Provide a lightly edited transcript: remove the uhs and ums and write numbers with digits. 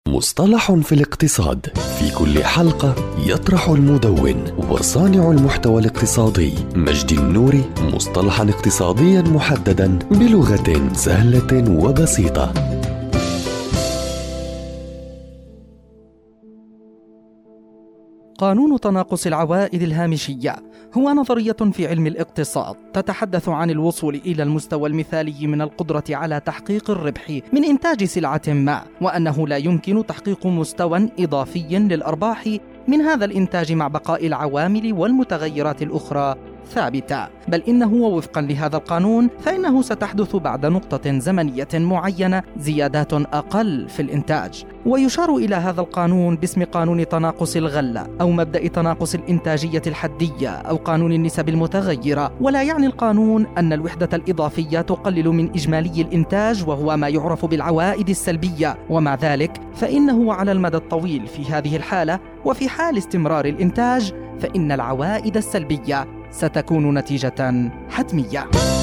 مصطلح في الاقتصاد. في كل حلقة يطرح المدون وصانع المحتوى الاقتصادي مجدي النوري مصطلحا اقتصاديا محددا بلغة سهلة وبسيطة. قانون تناقص العوائد الهامشية هو نظرية في علم الاقتصاد تتحدث عن الوصول إلى المستوى المثالي من القدرة على تحقيق الربح من إنتاج سلعة ما، وأنه لا يمكن تحقيق مستوى إضافي للأرباح من هذا الإنتاج مع بقاء العوامل والمتغيرات الأخرى ثابتة، بل إنه وفقا لهذا القانون فإنه ستحدث بعد نقطة زمنية معينة زيادات أقل في الإنتاج. ويشار إلى هذا القانون باسم قانون تناقص الغلة أو مبدأ تناقص الإنتاجية الحدية أو قانون النسب المتغيرة. ولا يعني القانون أن الوحدة الإضافية تقلل من إجمالي الإنتاج وهو ما يعرف بالعوائد السلبية، ومع ذلك فإنه على المدى الطويل في هذه الحالة وفي حال استمرار الإنتاج فإن العوائد السلبية ستكون نتيجة حتمية.